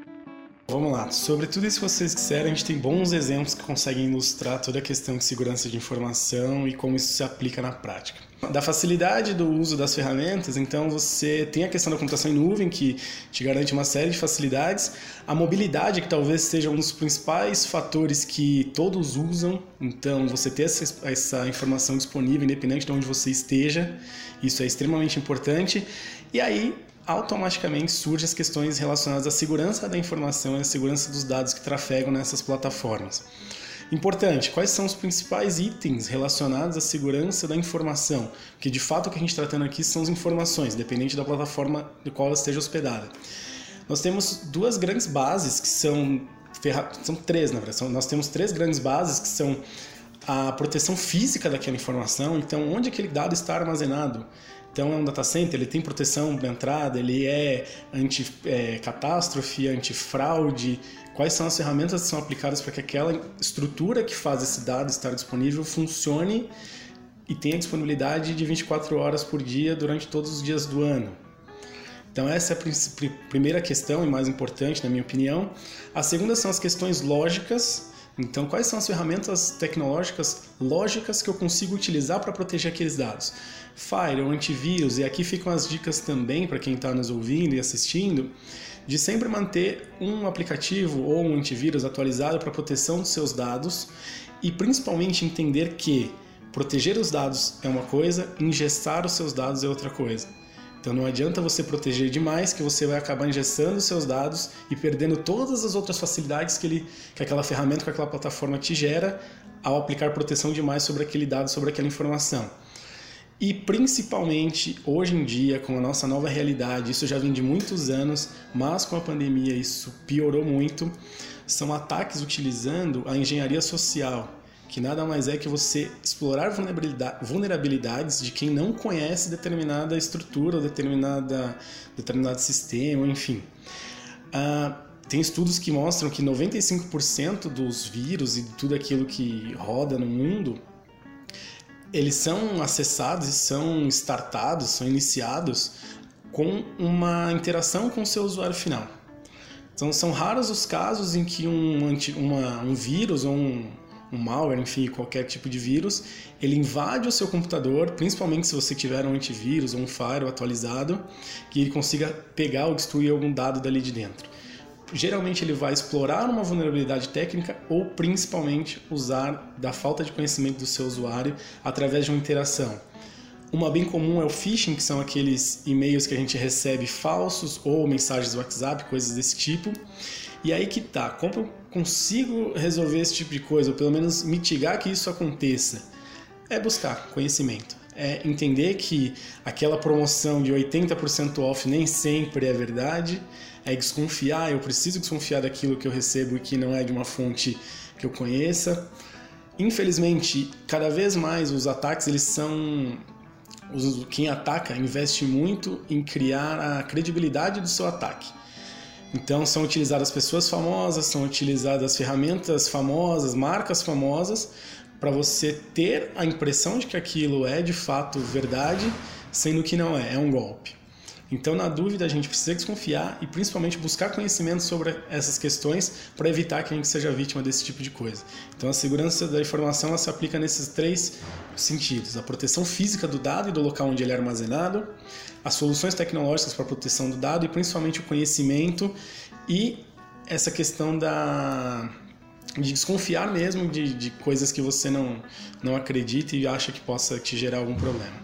Vamos lá, sobre tudo isso que vocês disseram, a gente tem bons exemplos que conseguem ilustrar toda a questão de segurança de informação e como isso se aplica na prática. Da facilidade do uso das ferramentas, então você tem a questão da computação em nuvem, que te garante uma série de facilidades, a mobilidade, que talvez seja um dos principais fatores que todos usam, então você ter essa, essa informação disponível, independente de onde você esteja, isso é extremamente importante, e aí automaticamente surgem as questões relacionadas à segurança da informação e à segurança dos dados que trafegam nessas plataformas. Importante, quais são os principais itens relacionados à segurança da informação? Porque de fato o que a gente está tratando aqui são as informações, independente da plataforma de qual ela esteja hospedada. Nós temos duas grandes bases que são, são três na verdade, nós temos três grandes bases que são a proteção física daquela informação, então onde aquele dado está armazenado. Então é um data center, ele tem proteção de entrada, ele é anti-catástrofe, é, anti-fraude. Quais são as ferramentas que são aplicadas para que aquela estrutura que faz esse dado estar disponível funcione e tenha disponibilidade de vinte e quatro horas por dia durante todos os dias do ano. Então essa é a primeira questão e mais importante, na minha opinião. A segunda são as questões lógicas, Então, quais são as ferramentas tecnológicas lógicas que eu consigo utilizar para proteger aqueles dados? Firewall, antivírus, e aqui ficam as dicas também para quem está nos ouvindo e assistindo, de sempre manter um aplicativo ou um antivírus atualizado para proteção dos seus dados e principalmente entender que proteger os dados é uma coisa, ingestar os seus dados é outra coisa. Então não adianta você proteger demais que você vai acabar ingestando os seus dados e perdendo todas as outras facilidades que, ele, que aquela ferramenta, que aquela plataforma te gera ao aplicar proteção demais sobre aquele dado, sobre aquela informação. E principalmente hoje em dia, com a nossa nova realidade, isso já vem de muitos anos, mas com a pandemia isso piorou muito, são ataques utilizando a engenharia social, que nada mais é que você explorar vulnerabilidades de quem não conhece determinada estrutura, ou determinada, determinado sistema, enfim. Ah, tem estudos que mostram que noventa e cinco por cento dos vírus e de tudo aquilo que roda no mundo, eles são acessados e são startados, são iniciados com uma interação com o seu usuário final. Então são raros os casos em que um, uma, um vírus ou um um malware, enfim, qualquer tipo de vírus, ele invade o seu computador, principalmente se você tiver um antivírus ou um firewall atualizado, que ele consiga pegar ou destruir algum dado dali de dentro. Geralmente ele vai explorar uma vulnerabilidade técnica ou principalmente usar da falta de conhecimento do seu usuário através de uma interação. Uma bem comum é o phishing, que são aqueles e-mails que a gente recebe falsos ou mensagens do WhatsApp, coisas desse tipo. E aí que tá, como eu consigo resolver esse tipo de coisa, ou pelo menos mitigar que isso aconteça? É buscar conhecimento, é entender que aquela promoção de oitenta por cento off nem sempre é verdade, é desconfiar, eu preciso desconfiar daquilo que eu recebo e que não é de uma fonte que eu conheça. Infelizmente, cada vez mais os ataques, eles são... Quem ataca investe muito em criar a credibilidade do seu ataque. Então são utilizadas pessoas famosas, são utilizadas ferramentas famosas, marcas famosas, para você ter a impressão de que aquilo é de fato verdade, sendo que não é, é um golpe. Então, na dúvida, a gente precisa desconfiar e principalmente buscar conhecimento sobre essas questões para evitar que a gente seja vítima desse tipo de coisa. Então, a segurança da informação ela se aplica nesses três sentidos: a proteção física do dado e do local onde ele é armazenado, as soluções tecnológicas para a proteção do dado e principalmente o conhecimento e essa questão da... de desconfiar mesmo de, de coisas que você não, não acredita e acha que possa te gerar algum problema.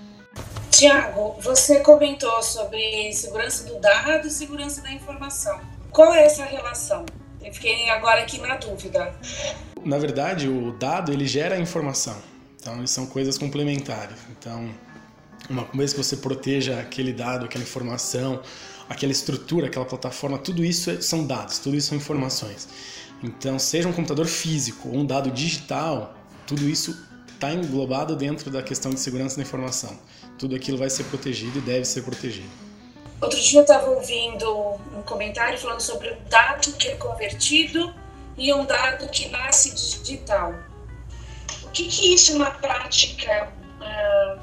Tiago, você comentou sobre segurança do dado e segurança da informação. Qual é essa relação? Eu fiquei agora aqui na dúvida. Na verdade, o dado ele gera informação. Então, são coisas complementares. Então, uma vez que você proteja aquele dado, aquela informação, aquela estrutura, aquela plataforma, tudo isso são dados, tudo isso são informações. Então, seja um computador físico ou um dado digital, tudo isso está englobado dentro da questão de segurança da informação. Tudo aquilo vai ser protegido e deve ser protegido. Outro dia eu estava ouvindo um comentário falando sobre um dado que é convertido e um dado que nasce digital. O que, que isso na prática uh,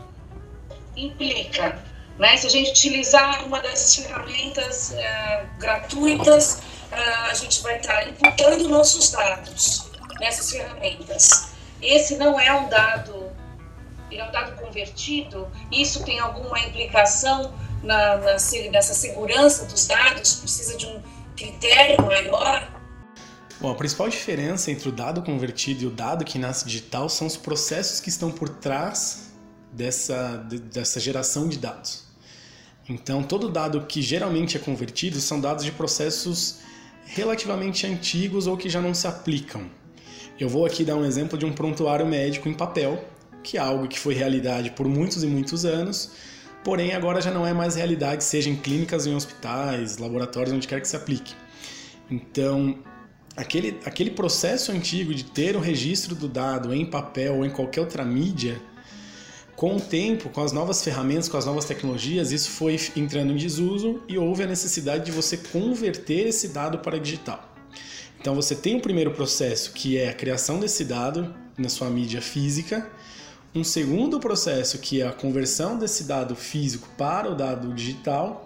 implica? Né? Se a gente utilizar uma dessas ferramentas uh, gratuitas, uh, a gente vai estar imputando nossos dados nessas ferramentas. Esse não é um dado, ele é um dado convertido. Isso tem alguma implicação na, na, nessa segurança dos dados? Precisa de um critério maior? Bom, a principal diferença entre o dado convertido e o dado que nasce digital são os processos que estão por trás dessa, dessa geração de dados. Então, todo dado que geralmente é convertido são dados de processos relativamente antigos ou que já não se aplicam. Eu vou aqui dar um exemplo de um prontuário médico em papel, que é algo que foi realidade por muitos e muitos anos, porém agora já não é mais realidade, seja em clínicas, em hospitais, laboratórios, onde quer que se aplique. Então, aquele, aquele processo antigo de ter o registro do dado em papel ou em qualquer outra mídia, com o tempo, com as novas ferramentas, com as novas tecnologias, isso foi entrando em desuso e houve a necessidade de você converter esse dado para digital. Então você tem o primeiro processo, que é a criação desse dado na sua mídia física, um segundo processo, que é a conversão desse dado físico para o dado digital,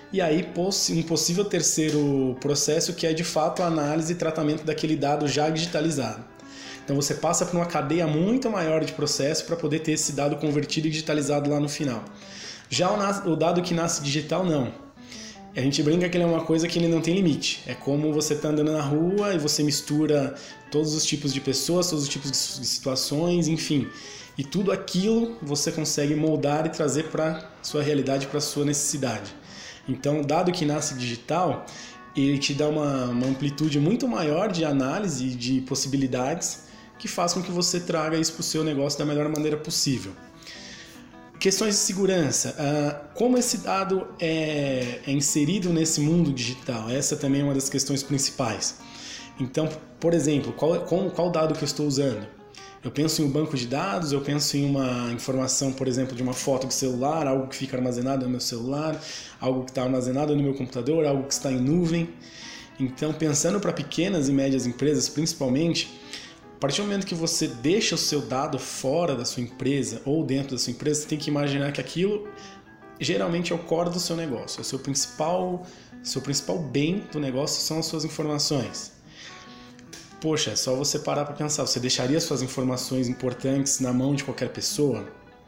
e aí um possível terceiro processo que é de fato a análise e tratamento daquele dado já digitalizado. Então você passa por uma cadeia muito maior de processo para poder ter esse dado convertido e digitalizado lá no final. Já o dado que nasce digital, não. A gente brinca que ele é uma coisa que ele não tem limite. É como você está andando na rua e você mistura todos os tipos de pessoas, todos os tipos de situações, enfim. E tudo aquilo você consegue moldar e trazer para a sua realidade, para a sua necessidade. Então, o dado que nasce digital, ele te dá uma, uma amplitude muito maior de análise e de possibilidades que faz com que você traga isso para o seu negócio da melhor maneira possível. Questões de segurança. Uh, como esse dado é, é inserido nesse mundo digital? Essa também é uma das questões principais. Então, por exemplo, qual, qual, qual dado que eu estou usando? Eu penso em um banco de dados, eu penso em uma informação, por exemplo, de uma foto de celular, algo que fica armazenado no meu celular, algo que está armazenado no meu computador, algo que está em nuvem. Então, pensando para pequenas e médias empresas, principalmente, a partir do momento que você deixa o seu dado fora da sua empresa ou dentro da sua empresa, você tem que imaginar que aquilo geralmente é o core do seu negócio. O seu principal, seu principal bem do negócio são as suas informações. Poxa, é só você parar para pensar, você deixaria suas informações importantes na mão de qualquer pessoa?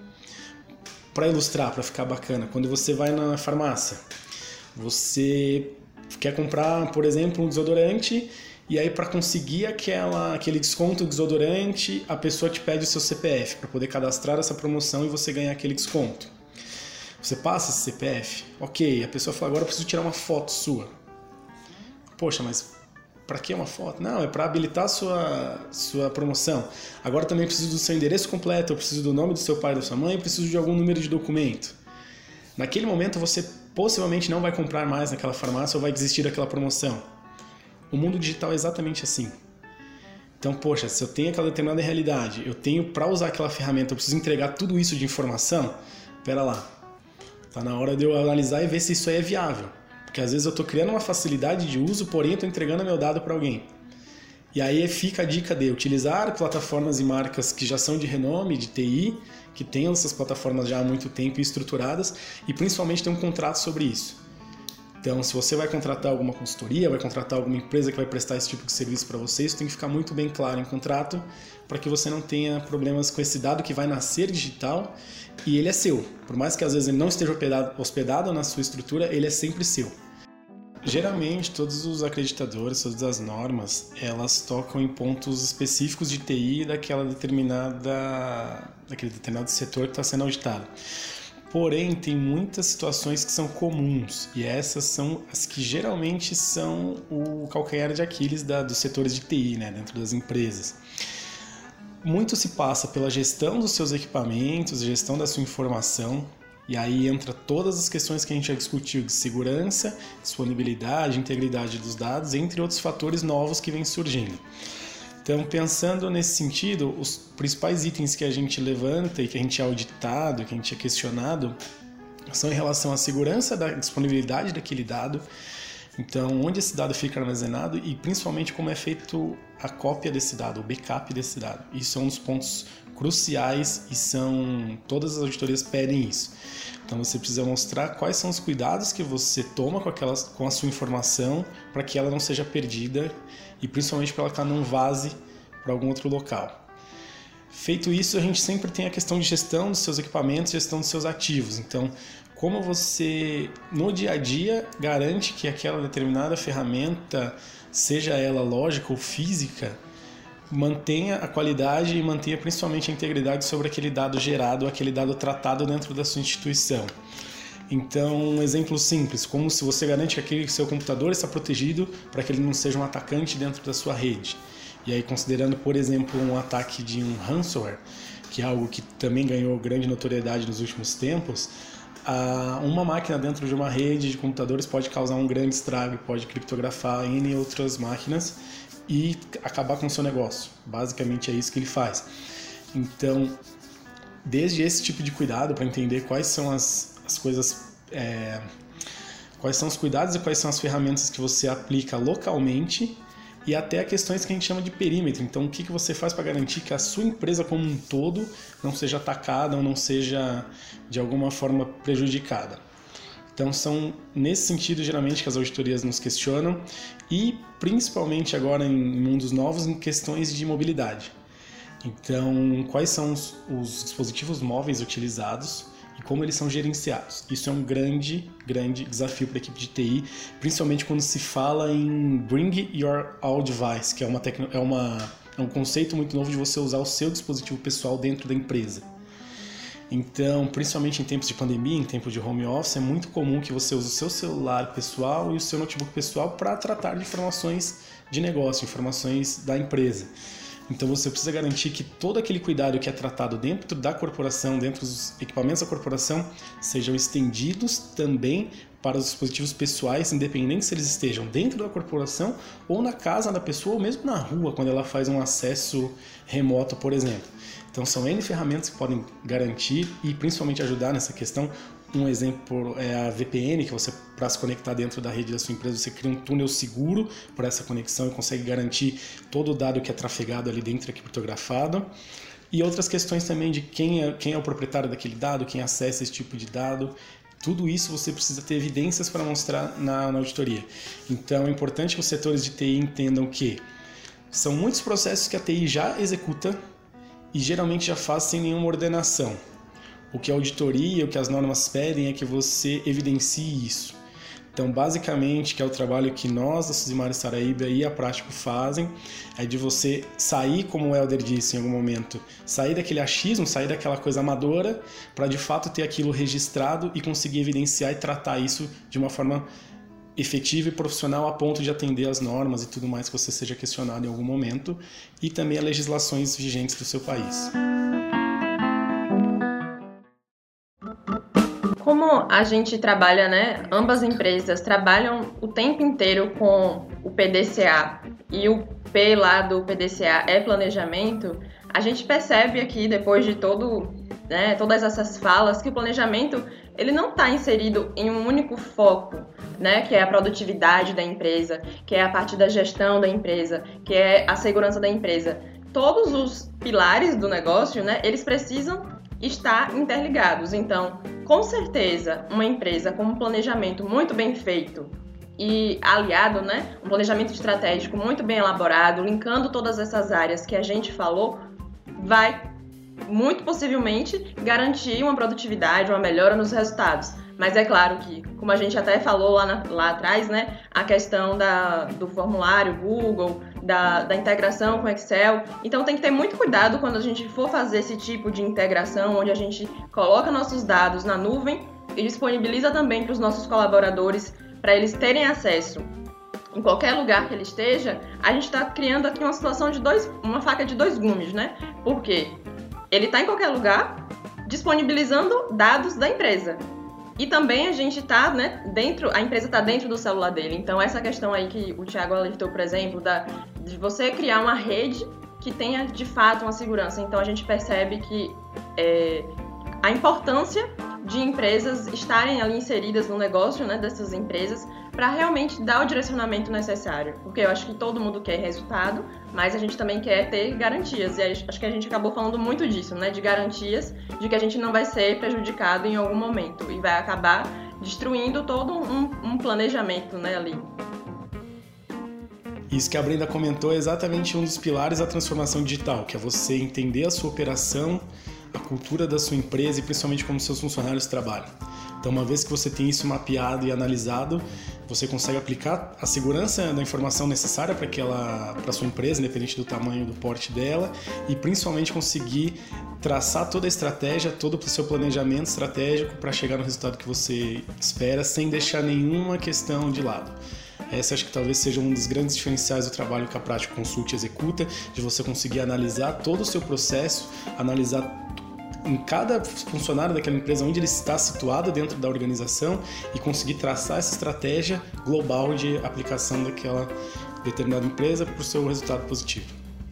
Para ilustrar, para ficar bacana, quando você vai na farmácia, você quer comprar, por exemplo, um desodorante. E aí, para conseguir aquela, aquele desconto do desodorante, a pessoa te pede o seu C P F para poder cadastrar essa promoção e você ganhar aquele desconto. Você passa esse C P F? Ok, a pessoa fala, agora eu preciso tirar uma foto sua. Poxa, mas para que uma foto? Não, é para habilitar a sua, sua promoção. Agora também preciso do seu endereço completo, eu preciso do nome do seu pai e da sua mãe, eu preciso de algum número de documento. Naquele momento, você possivelmente não vai comprar mais naquela farmácia ou vai desistir daquela promoção. O mundo digital é exatamente assim. Então, poxa, se eu tenho aquela determinada realidade, eu tenho para usar aquela ferramenta, eu preciso entregar tudo isso de informação, pera lá, tá na hora de eu analisar e ver se isso aí é viável. Porque às vezes eu estou criando uma facilidade de uso, porém eu estou entregando meu dado para alguém. E aí fica a dica de utilizar plataformas e marcas que já são de renome, de T I, que tenham essas plataformas já há muito tempo estruturadas e principalmente ter um contrato sobre isso. Então, se você vai contratar alguma consultoria, vai contratar alguma empresa que vai prestar esse tipo de serviço para você, isso tem que ficar muito bem claro em contrato para que você não tenha problemas com esse dado que vai nascer digital e ele é seu. Por mais que às vezes ele não esteja hospedado, hospedado na sua estrutura, ele é sempre seu. Geralmente, todos os acreditadores, todas as normas, elas tocam em pontos específicos de T I daquela determinada, daquele determinado setor que está sendo auditado. Porém, tem muitas situações que são comuns e essas são as que geralmente são o calcanhar de Aquiles da, dos setores de T I, né, dentro das empresas. Muito se passa pela gestão dos seus equipamentos, gestão da sua informação, e aí entra todas as questões que a gente já discutiu de segurança, disponibilidade, integridade dos dados, entre outros fatores novos que vêm surgindo. Então, pensando nesse sentido, os principais itens que a gente levanta e que a gente é auditado, que a gente é questionado, são em relação à segurança da disponibilidade daquele dado, então onde esse dado fica armazenado e principalmente como é feito a cópia desse dado, o backup desse dado. Isso é um dos pontos cruciais e são todas as auditorias pedem isso. Então você precisa mostrar quais são os cuidados que você toma com, aquelas, com a sua informação para que ela não seja perdida e principalmente para que ela não vaze para algum outro local. Feito isso, a gente sempre tem a questão de gestão dos seus equipamentos, gestão dos seus ativos. Então, como você, no dia a dia, garante que aquela determinada ferramenta, seja ela lógica ou física, mantenha a qualidade e mantenha principalmente a integridade sobre aquele dado gerado, aquele dado tratado dentro da sua instituição. Então, um exemplo simples, como se você garante que aquele seu computador está protegido para que ele não seja um atacante dentro da sua rede. E aí, considerando, por exemplo, um ataque de um ransomware, que é algo que também ganhou grande notoriedade nos últimos tempos, uma máquina dentro de uma rede de computadores pode causar um grande estrago, pode criptografar N outras máquinas e acabar com o seu negócio. Basicamente é isso que ele faz. Então, desde esse tipo de cuidado para entender quais são as, as coisas, é, quais são os cuidados e quais são as ferramentas que você aplica localmente e até questões que a gente chama de perímetro. Então, o que, que você faz para garantir que a sua empresa como um todo não seja atacada ou não seja de alguma forma prejudicada. Então são nesse sentido geralmente que as auditorias nos questionam e principalmente agora em mundos novos em questões de mobilidade. Então quais são os, os dispositivos móveis utilizados e como eles são gerenciados. Isso é um grande, grande desafio para a equipe de T I, principalmente quando se fala em Bring Your Own Device, que é, uma tecno, é, uma, é um conceito muito novo de você usar o seu dispositivo pessoal dentro da empresa. Então, principalmente em tempos de pandemia, em tempos de home office, é muito comum que você use o seu celular pessoal e o seu notebook pessoal para tratar de informações de negócio, informações da empresa. Então você precisa garantir que todo aquele cuidado que é tratado dentro da corporação, dentro dos equipamentos da corporação, sejam estendidos também para os dispositivos pessoais, independente se eles estejam dentro da corporação ou na casa da pessoa, ou mesmo na rua, quando ela faz um acesso remoto, por exemplo. Então são N ferramentas que podem garantir e principalmente ajudar nessa questão. Um exemplo é a V P N, que você, para se conectar dentro da rede da sua empresa, você cria um túnel seguro para essa conexão e consegue garantir todo o dado que é trafegado ali dentro, aqui criptografado. E outras questões também de quem é, quem é o proprietário daquele dado, quem acessa esse tipo de dado. Tudo isso você precisa ter evidências para mostrar na, na auditoria. Então é importante que os setores de T I entendam que são muitos processos que a T I já executa e geralmente já faz sem nenhuma ordenação. O que a auditoria, o que as normas pedem é que você evidencie isso. Então, basicamente, que é o trabalho que nós, da Suzimar Saraiva e a Prático fazem, é de você sair, como o Helder disse em algum momento, sair daquele achismo, sair daquela coisa amadora, para de fato ter aquilo registrado e conseguir evidenciar e tratar isso de uma forma efetiva e profissional a ponto de atender às normas e tudo mais que você seja questionado em algum momento, e também as legislações vigentes do seu país. Como a gente trabalha, né, ambas empresas trabalham o tempo inteiro com o P D C A e o P lá do P D C A é planejamento, a gente percebe aqui, depois de todo, né, todas essas falas, que o planejamento ele não está inserido em um único foco, né, que é a produtividade da empresa, que é a parte da gestão da empresa, que é a segurança da empresa. Todos os pilares do negócio, né, eles precisam estar interligados. Então, com certeza, uma empresa com um planejamento muito bem feito e aliado, né, um planejamento estratégico muito bem elaborado, linkando todas essas áreas que a gente falou, vai muito possivelmente garantir uma produtividade, uma melhora nos resultados. Mas é claro que, como a gente até falou lá, na, lá atrás, né, a questão da, do formulário Google, da, da integração com Excel, então tem que ter muito cuidado quando a gente for fazer esse tipo de integração, onde a gente coloca nossos dados na nuvem e disponibiliza também para os nossos colaboradores, para eles terem acesso em qualquer lugar que ele esteja. A gente está criando aqui uma situação de dois, uma faca de dois gumes, né? Porque ele está em qualquer lugar, disponibilizando dados da empresa. E também a gente está, né, dentro, a empresa está dentro do celular dele. Então essa questão aí que o Thiago alertou, por exemplo, da, de você criar uma rede que tenha de fato uma segurança. Então a gente percebe que é, a importância de empresas estarem ali inseridas no negócio, né, dessas empresas, para realmente dar o direcionamento necessário. Porque eu acho que todo mundo quer resultado, mas a gente também quer ter garantias. E acho que a gente acabou falando muito disso, né, de garantias, de que a gente não vai ser prejudicado em algum momento e vai acabar destruindo todo um, um planejamento, né, ali. Isso que a Brenda comentou é exatamente um dos pilares da transformação digital, que é você entender a sua operação, a cultura da sua empresa e principalmente como seus funcionários trabalham. Então, uma vez que você tem isso mapeado e analisado, você consegue aplicar a segurança da informação necessária para aquela, para a sua empresa, independente do tamanho, do porte dela, e principalmente conseguir traçar toda a estratégia, todo o seu planejamento estratégico para chegar no resultado que você espera, sem deixar nenhuma questão de lado. Essa acho que talvez seja um dos grandes diferenciais do trabalho que a Prático Consult executa, de você conseguir analisar todo o seu processo, analisar em cada funcionário daquela empresa onde ele está situado dentro da organização e conseguir traçar essa estratégia global de aplicação daquela determinada empresa para o seu resultado positivo.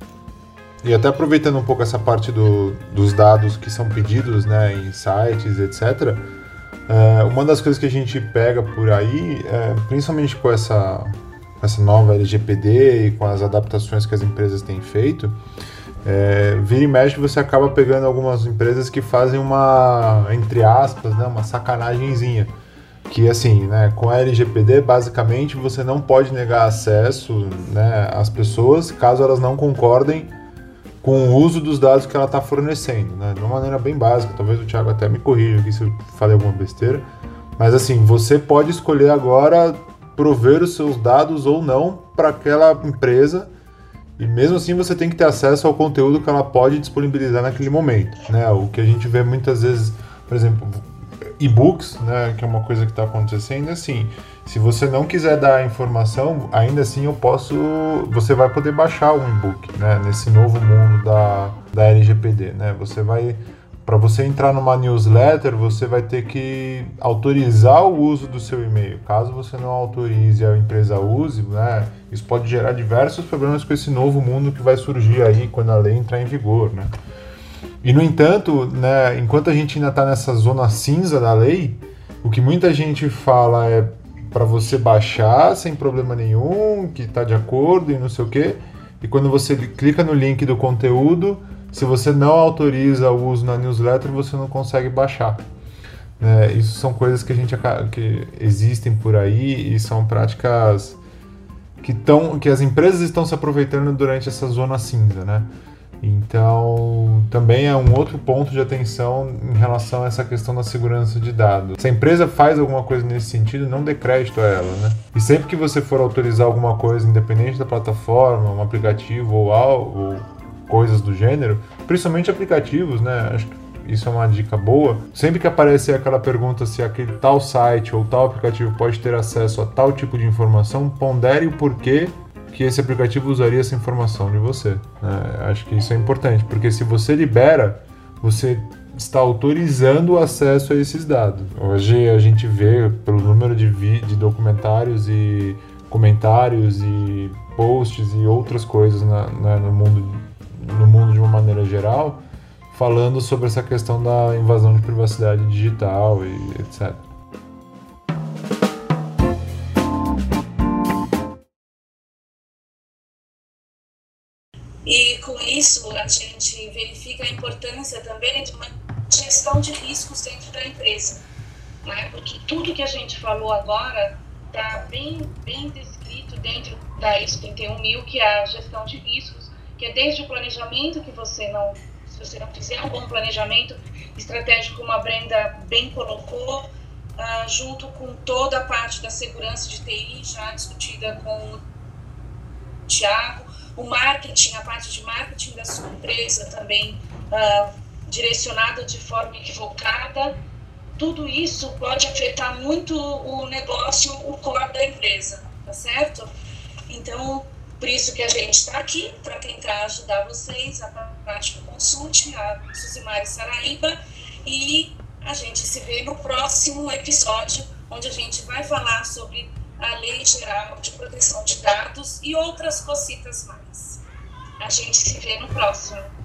E até aproveitando um pouco essa parte do, dos dados que são pedidos, né, em sites, etcétera, é, uma das coisas que a gente pega por aí, é, principalmente com essa, essa nova L G P D e com as adaptações que as empresas têm feito, É, vira e mexe você acaba pegando algumas empresas que fazem uma, entre aspas, né, uma sacanagemzinha, que assim, né, com a L G P D, basicamente, você não pode negar acesso, né, às pessoas caso elas não concordem com o uso dos dados que ela está fornecendo, né, de uma maneira bem básica. Talvez o Thiago até me corrija aqui se eu falei alguma besteira, mas assim, você pode escolher agora prover os seus dados ou não para aquela empresa, e mesmo assim você tem que ter acesso ao conteúdo que ela pode disponibilizar naquele momento, né? O que a gente vê muitas vezes, por exemplo, e-books, né, que é uma coisa que está acontecendo, assim, se você não quiser dar a informação, ainda assim eu posso, você vai poder baixar um e-book, né, nesse novo mundo da, da L G P D, né? Você vai, para você entrar numa newsletter, você vai ter que autorizar o uso do seu e-mail. Caso você não autorize e a empresa use, né, isso pode gerar diversos problemas com esse novo mundo que vai surgir aí quando a lei entrar em vigor, né? E, no entanto, né, enquanto a gente ainda está nessa zona cinza da lei, o que muita gente fala é para você baixar sem problema nenhum, que está de acordo e não sei o quê, e quando você clica no link do conteúdo, se você não autoriza o uso na newsletter, você não consegue baixar. É, isso são coisas que a gente que existem por aí e são práticas que, tão, que as empresas estão se aproveitando durante essa zona cinza, né? Então, também é um outro ponto de atenção em relação a essa questão da segurança de dados. Se a empresa faz alguma coisa nesse sentido, não dê crédito a ela, né? E sempre que você for autorizar alguma coisa, independente da plataforma, um aplicativo ou algo, ou coisas do gênero, principalmente aplicativos, né? Acho que isso é uma dica boa. Sempre que aparecer aquela pergunta se aquele tal site ou tal aplicativo pode ter acesso a tal tipo de informação, pondere o porquê que esse aplicativo usaria essa informação de você. Né? Acho que isso é importante, porque se você libera, você está autorizando o acesso a esses dados. Hoje a gente vê, pelo número de, vi- de documentários e comentários e posts e outras coisas na, na, no, mundo, no mundo de uma maneira geral, falando sobre essa questão da invasão de privacidade digital e etcétera. E com isso a gente verifica a importância também de uma gestão de riscos dentro da empresa, né? Porque tudo que a gente falou agora está bem, bem descrito dentro da I S O trinta e um mil, que é a gestão de riscos, que é desde o planejamento, que você não, se você não fizer um bom planejamento estratégico, como a Brenda bem colocou, uh, junto com toda a parte da segurança de T I, já discutida com o Thiago, o marketing, a parte de marketing da sua empresa também uh, direcionada de forma equivocada, tudo isso pode afetar muito o negócio, o core da empresa, tá certo? Então, por isso que a gente está aqui, para tentar ajudar vocês, a Prática Consult, a Suzimara Saraiba, e a gente se vê no próximo episódio, onde a gente vai falar sobre a Lei Geral de Proteção de Dados e outras cositas mais. A gente se vê no próximo.